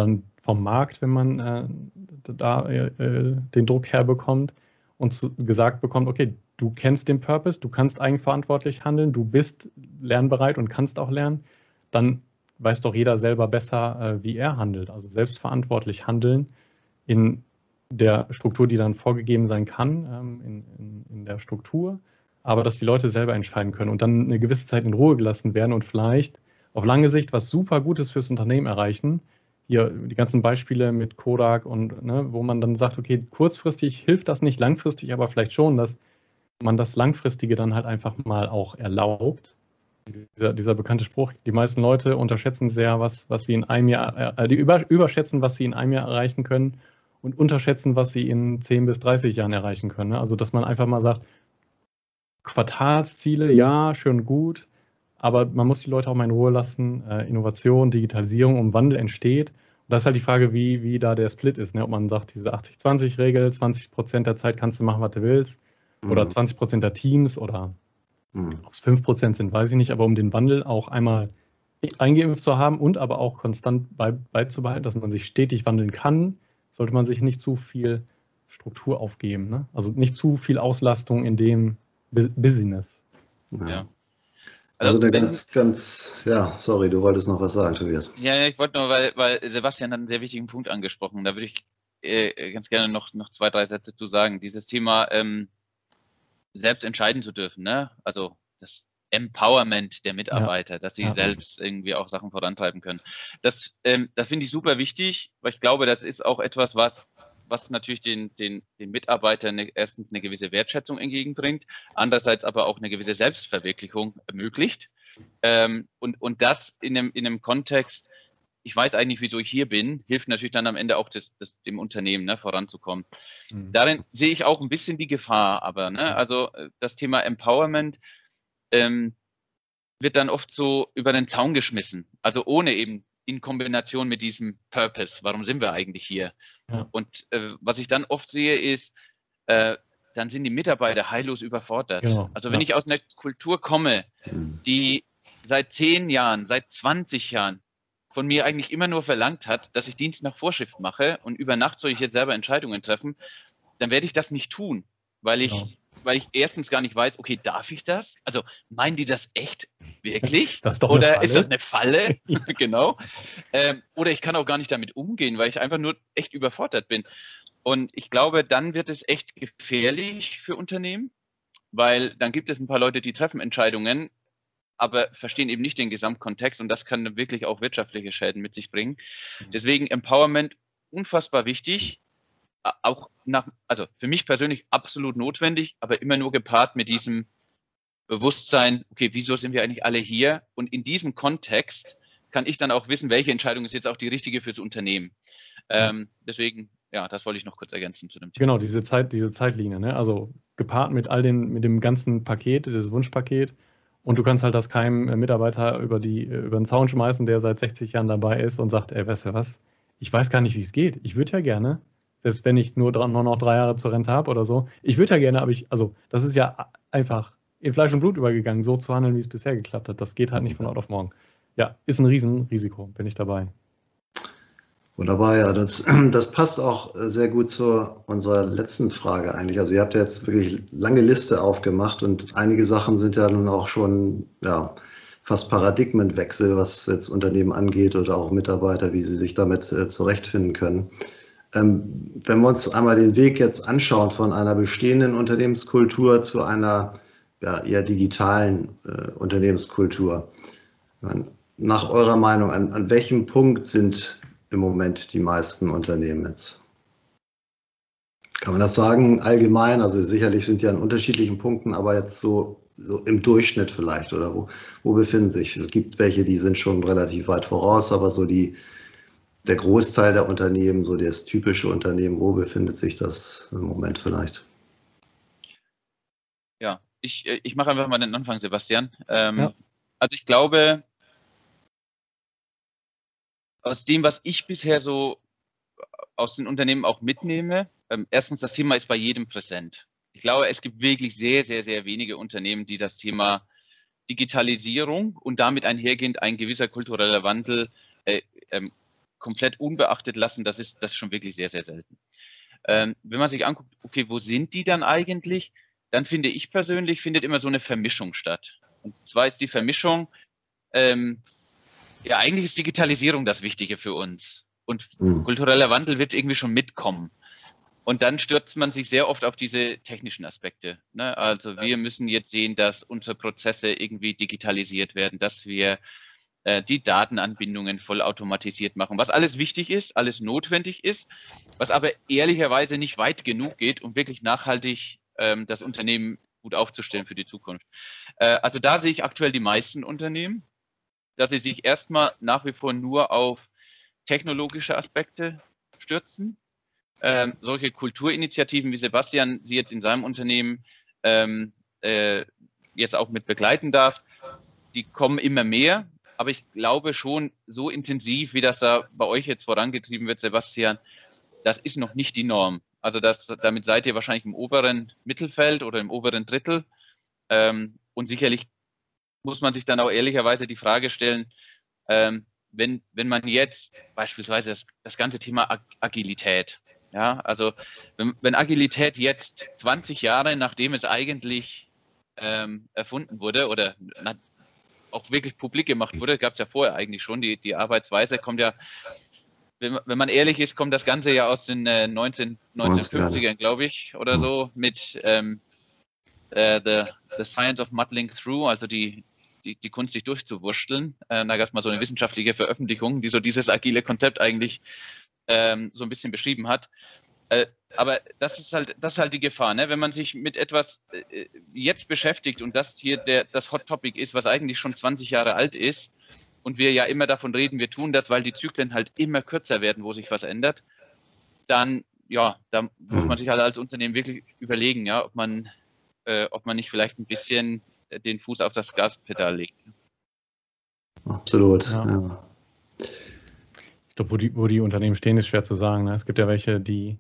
vom Markt, wenn man äh, da äh, den Druck herbekommt und zu, gesagt bekommt, okay, du kennst den Purpose, du kannst eigenverantwortlich handeln, du bist lernbereit und kannst auch lernen, dann weiß doch jeder selber besser, äh, wie er handelt. Also selbstverantwortlich handeln in der Struktur, die dann vorgegeben sein kann, ähm, in, in, in der Struktur, aber dass die Leute selber entscheiden können und dann eine gewisse Zeit in Ruhe gelassen werden und vielleicht auf lange Sicht was super Gutes fürs Unternehmen erreichen. Hier die ganzen Beispiele mit Kodak und ne, wo man dann sagt, okay, kurzfristig hilft das nicht, langfristig aber vielleicht schon, dass man das Langfristige dann halt einfach mal auch erlaubt. Dieser, dieser bekannte Spruch, die meisten Leute unterschätzen sehr, was, was sie in einem Jahr, äh, die über, überschätzen, was sie in einem Jahr erreichen können und unterschätzen, was sie in zehn bis dreißig Jahren erreichen können. Ne? Also, dass man einfach mal sagt, Quartalsziele, ja, schön gut, aber man muss die Leute auch mal in Ruhe lassen. Äh, Innovation, Digitalisierung, um Wandel entsteht. Und das ist halt die Frage, wie, wie da der Split ist. Ne? Ob man sagt, diese achtzig zwanzig Regel, zwanzig Prozent der Zeit kannst du machen, was du willst, mhm. oder zwanzig Prozent der Teams oder mhm. ob es fünf Prozent sind, weiß ich nicht, aber um den Wandel auch einmal eingeimpft zu haben und aber auch konstant bei, beizubehalten, dass man sich stetig wandeln kann, sollte man sich nicht zu viel Struktur aufgeben. Ne? Also nicht zu viel Auslastung in dem Business. Ja. Ja. Also, also eine ganz, ganz, ja, sorry, du wolltest noch was sagen, Tobias. Ja, ich wollte nur, weil, weil Sebastian hat einen sehr wichtigen Punkt angesprochen. Da würde ich äh, ganz gerne noch, noch zwei, drei Sätze zu sagen. Dieses Thema ähm, selbst entscheiden zu dürfen, ne? Also das Empowerment der Mitarbeiter, ja. dass sie ja. selbst irgendwie auch Sachen vorantreiben können. Das, ähm, das finde ich super wichtig, weil ich glaube, das ist auch etwas, was was natürlich den, den, den Mitarbeitern eine, erstens eine gewisse Wertschätzung entgegenbringt, andererseits aber auch eine gewisse Selbstverwirklichung ermöglicht. Ähm, und, und das in einem, in einem Kontext, ich weiß eigentlich, wieso ich hier bin, hilft natürlich dann am Ende auch des, des, dem Unternehmen, ne, voranzukommen. Mhm. Darin sehe ich auch ein bisschen die Gefahr, aber ne, also das Thema Empowerment ähm, wird dann oft so über den Zaun geschmissen, also ohne eben in Kombination mit diesem Purpose, warum sind wir eigentlich hier? Ja. Und äh, was ich dann oft sehe, ist, äh, dann sind die Mitarbeiter heillos überfordert. Genau. Also wenn ja. ich aus einer Kultur komme, die seit zehn Jahren, seit zwanzig Jahren von mir eigentlich immer nur verlangt hat, dass ich Dienst nach Vorschrift mache und über Nacht soll ich jetzt selber Entscheidungen treffen, dann werde ich das nicht tun, weil ich, genau. weil ich erstens gar nicht weiß, okay, darf ich das? Also meinen die das echt wirklich? Das ist doch oder ist das eine Falle? Ja. Genau. Ähm, oder ich kann auch gar nicht damit umgehen, weil ich einfach nur echt überfordert bin. Und ich glaube, dann wird es echt gefährlich für Unternehmen, weil dann gibt es ein paar Leute, die treffen Entscheidungen, aber verstehen eben nicht den Gesamtkontext und das kann dann wirklich auch wirtschaftliche Schäden mit sich bringen. Deswegen Empowerment unfassbar wichtig, auch nach, also für mich persönlich absolut notwendig, aber immer nur gepaart mit diesem Bewusstsein, okay, wieso sind wir eigentlich alle hier? Und in diesem Kontext kann ich dann auch wissen, welche Entscheidung ist jetzt auch die richtige fürs Unternehmen. Ähm, deswegen, ja, das wollte ich noch kurz ergänzen zu dem Thema. Genau, diese Zeit, diese Zeitlinie, ne? Also gepaart mit all den, mit dem ganzen Paket, das Wunschpaket. Und du kannst halt das keinem Mitarbeiter über die, über den Zaun schmeißen, der seit sechzig Jahren dabei ist und sagt, ey, weißt du was? Ich weiß gar nicht, wie es geht. Ich würde ja gerne, selbst wenn ich nur, nur noch drei Jahre zur Rente habe oder so, ich würde ja gerne, aber ich, also das ist ja einfach in Fleisch und Blut übergegangen, so zu handeln, wie es bisher geklappt hat. Das geht halt nicht von heute auf morgen. Ja, ist ein Riesenrisiko, bin ich dabei. Wunderbar, ja, das, das passt auch sehr gut zu unserer letzten Frage eigentlich. Also ihr habt ja jetzt wirklich lange Liste aufgemacht und einige Sachen sind ja nun auch schon ja, fast Paradigmenwechsel, was jetzt Unternehmen angeht oder auch Mitarbeiter, wie sie sich damit äh, zurechtfinden können. Ähm, wenn wir uns einmal den Weg jetzt anschauen von einer bestehenden Unternehmenskultur zu einer ja, eher digitalen äh, Unternehmenskultur, meine, nach eurer Meinung, an, an welchem Punkt sind im Moment die meisten Unternehmen jetzt? Kann man das sagen allgemein? Also sicherlich sind die an unterschiedlichen Punkten, aber jetzt so, so im Durchschnitt vielleicht, oder wo, wo befinden sich? Es gibt welche, die sind schon relativ weit voraus, aber so die, der Großteil der Unternehmen, so das typische Unternehmen, wo befindet sich das im Moment vielleicht? Ja, ich, ich mache einfach mal den Anfang, Sebastian. Ähm, ja. Also ich glaube, aus dem, was ich bisher so aus den Unternehmen auch mitnehme, ähm, erstens, das Thema ist bei jedem präsent. Ich glaube, es gibt wirklich sehr, sehr, sehr wenige Unternehmen, die das Thema Digitalisierung und damit einhergehend ein gewisser kultureller Wandel äh, ähm, komplett unbeachtet lassen, das ist, das ist schon wirklich sehr, sehr selten. Ähm, wenn man sich anguckt, okay, wo sind die dann eigentlich? Dann finde ich persönlich, findet immer so eine Vermischung statt. Und zwar ist die Vermischung, ähm, ja, eigentlich ist Digitalisierung das Wichtige für uns. Und mhm. kultureller Wandel wird irgendwie schon mitkommen. Und dann stürzt man sich sehr oft auf diese technischen Aspekte. Ne? Also wir müssen jetzt sehen, dass unsere Prozesse irgendwie digitalisiert werden, dass wir äh, die Datenanbindungen vollautomatisiert machen, was alles wichtig ist, alles notwendig ist, was aber ehrlicherweise nicht weit genug geht, um wirklich nachhaltig ähm, das Unternehmen gut aufzustellen für die Zukunft. Äh, also da sehe ich aktuell die meisten Unternehmen, dass sie sich erstmal nach wie vor nur auf technologische Aspekte stürzen. Ähm, solche Kulturinitiativen, wie Sebastian sie jetzt in seinem Unternehmen ähm, äh, jetzt auch mit begleiten darf, die kommen immer mehr. Aber ich glaube schon, so intensiv, wie das da bei euch jetzt vorangetrieben wird, Sebastian, das ist noch nicht die Norm. Also das, damit seid ihr wahrscheinlich im oberen Mittelfeld oder im oberen Drittel. Ähm, und sicherlich muss man sich dann auch ehrlicherweise die Frage stellen, ähm, wenn, wenn man jetzt beispielsweise das, das ganze Thema Ag- Agilität, ja, also wenn, wenn Agilität jetzt zwanzig Jahre, nachdem es eigentlich ähm, erfunden wurde oder na, auch wirklich publik gemacht wurde, gab es ja vorher eigentlich schon, die, die Arbeitsweise kommt ja, wenn, wenn man ehrlich ist, kommt das Ganze ja aus den äh, neunzehn, neunzehnhundertfünfzigern, glaube ich, oder so, mit ähm, äh, the, the Science of Muddling Through, also die, die, die Kunst, sich durchzuwursteln. Äh, da gab es mal so eine wissenschaftliche Veröffentlichung, die so dieses agile Konzept eigentlich ähm, so ein bisschen beschrieben hat. Äh, aber das ist halt, das ist halt die Gefahr, ne? Wenn man sich mit etwas äh, jetzt beschäftigt und das hier der, das Hot Topic ist, was eigentlich schon zwanzig Jahre alt ist und wir ja immer davon reden, wir tun das, weil die Zyklen halt immer kürzer werden, wo sich was ändert, dann, ja, da mhm. muss man sich halt als Unternehmen wirklich überlegen, ja, ob man, äh, ob man nicht vielleicht ein bisschen den Fuß auf das Gaspedal legt. Absolut, ja. ja. Ich glaube, wo die, wo die Unternehmen stehen, ist schwer zu sagen. Ne? Es gibt ja welche, die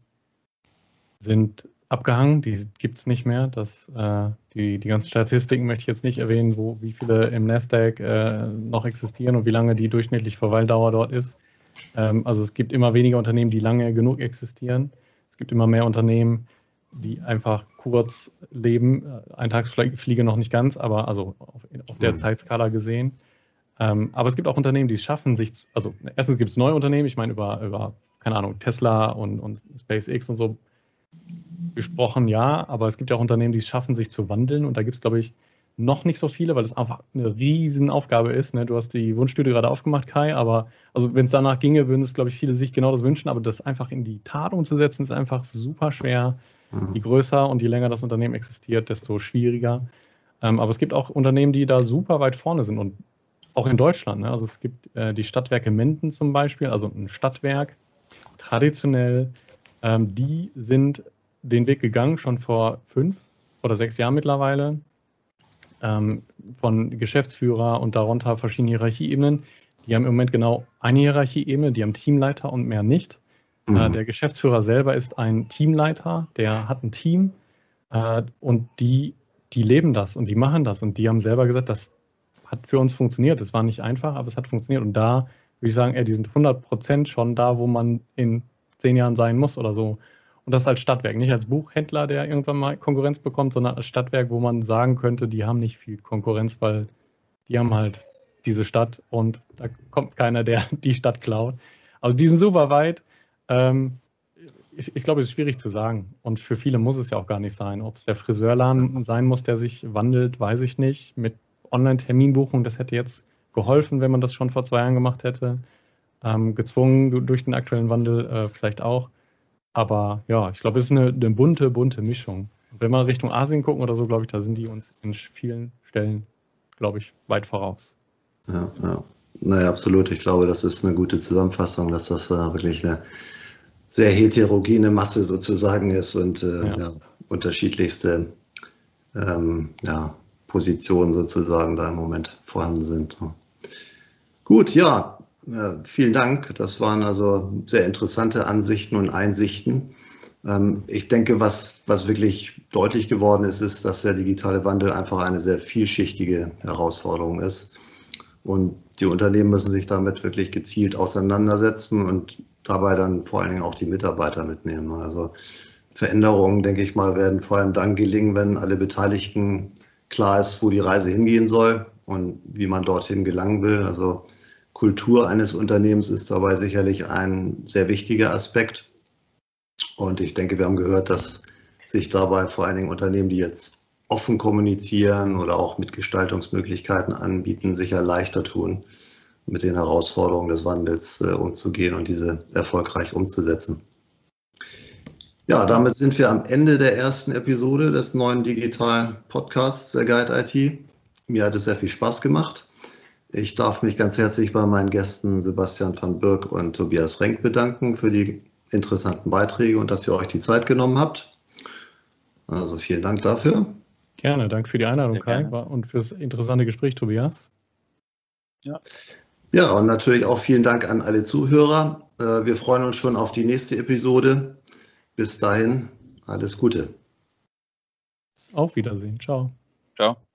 sind abgehangen, die gibt es nicht mehr. Das, äh, die, die ganzen Statistiken möchte ich jetzt nicht erwähnen, wo, wie viele im Nasdaq äh, noch existieren und wie lange die durchschnittliche Verweildauer dort ist. Ähm, also es gibt immer weniger Unternehmen, die lange genug existieren. Es gibt immer mehr Unternehmen, die einfach kurz leben. Eintagsfliege noch nicht ganz, aber also auf, auf der mhm. Zeitskala gesehen. Ähm, aber es gibt auch Unternehmen, die es schaffen, sich, also erstens gibt es neue Unternehmen, ich meine über, über keine Ahnung, Tesla und, und SpaceX und so gesprochen, ja, aber es gibt ja auch Unternehmen, die es schaffen, sich zu wandeln und da gibt es, glaube ich, noch nicht so viele, weil es einfach eine riesen Aufgabe ist. Ne? Du hast die Wunschstudie gerade aufgemacht, Kai, aber also wenn es danach ginge, würden es, glaube ich, viele sich genau das wünschen, aber das einfach in die Tat umzusetzen, ist einfach super schwer. Mhm. Je größer und je länger das Unternehmen existiert, desto schwieriger. Ähm, aber es gibt auch Unternehmen, die da super weit vorne sind und auch in Deutschland. Ne? Also es gibt äh, die Stadtwerke Menden zum Beispiel, also ein Stadtwerk, traditionell, ähm, die sind den Weg gegangen, schon vor fünf oder sechs Jahren mittlerweile, ähm, von Geschäftsführer und darunter verschiedene Hierarchieebenen. Die haben im Moment genau eine Hierarchieebene, die haben Teamleiter und mehr nicht. Mhm. Äh, der Geschäftsführer selber ist ein Teamleiter, der hat ein Team äh, und die, die leben das und die machen das und die haben selber gesagt, das hat für uns funktioniert. Es war nicht einfach, aber es hat funktioniert. Und da würde ich sagen, ey, die sind hundert Prozent schon da, wo man in zehn Jahren sein muss oder so. Und das als Stadtwerk, nicht als Buchhändler, der irgendwann mal Konkurrenz bekommt, sondern als Stadtwerk, wo man sagen könnte, die haben nicht viel Konkurrenz, weil die haben halt diese Stadt und da kommt keiner, der die Stadt klaut. Also die sind super weit. Ähm, ich, ich glaube, es ist schwierig zu sagen. Und für viele muss es ja auch gar nicht sein. Ob es der Friseurladen sein muss, der sich wandelt, weiß ich nicht. Mit Online-Terminbuchung, das hätte jetzt geholfen, wenn man das schon vor zwei Jahren gemacht hätte. Ähm, gezwungen durch den aktuellen Wandel äh, vielleicht auch. Aber ja, ich glaube, es ist eine, eine bunte, bunte Mischung. Und wenn wir Richtung Asien gucken oder so, glaube ich, da sind die uns in vielen Stellen, glaube ich, weit voraus. Ja, ja. Naja, absolut. Ich glaube, das ist eine gute Zusammenfassung, dass das äh, wirklich eine sehr heterogene Masse sozusagen ist und äh, ja. Ja, unterschiedlichste ähm, ja, Positionen sozusagen da im Moment vorhanden sind. Gut, ja, äh, vielen Dank. Das waren also sehr interessante Ansichten und Einsichten. Ähm, ich denke, was, was wirklich deutlich geworden ist, ist, dass der digitale Wandel einfach eine sehr vielschichtige Herausforderung ist Und die Unternehmen müssen sich damit wirklich gezielt auseinandersetzen und dabei dann vor allen Dingen auch die Mitarbeiter mitnehmen. Also Veränderungen, denke ich mal, werden vor allem dann gelingen, wenn alle Beteiligten klar ist, wo die Reise hingehen soll und wie man dorthin gelangen will. Also Kultur eines Unternehmens ist dabei sicherlich ein sehr wichtiger Aspekt. Und ich denke, wir haben gehört, dass sich dabei vor allen Dingen Unternehmen, die jetzt offen kommunizieren oder auch mit Gestaltungsmöglichkeiten anbieten, sicher leichter tun, mit den Herausforderungen des Wandels äh, umzugehen und diese erfolgreich umzusetzen. Ja, damit sind wir am Ende der ersten Episode des neuen Digital-Podcasts der Guide I T. Mir hat es sehr viel Spaß gemacht. Ich darf mich ganz herzlich bei meinen Gästen Sebastian van Birk und Tobias Renk bedanken für die interessanten Beiträge und dass ihr euch die Zeit genommen habt. Also vielen Dank dafür. Gerne, danke für die Einladung, Kai, und fürs interessante Gespräch, Tobias. Ja. Ja, und natürlich auch vielen Dank an alle Zuhörer. Wir freuen uns schon auf die nächste Episode. Bis dahin, alles Gute. Auf Wiedersehen. Ciao. Ciao.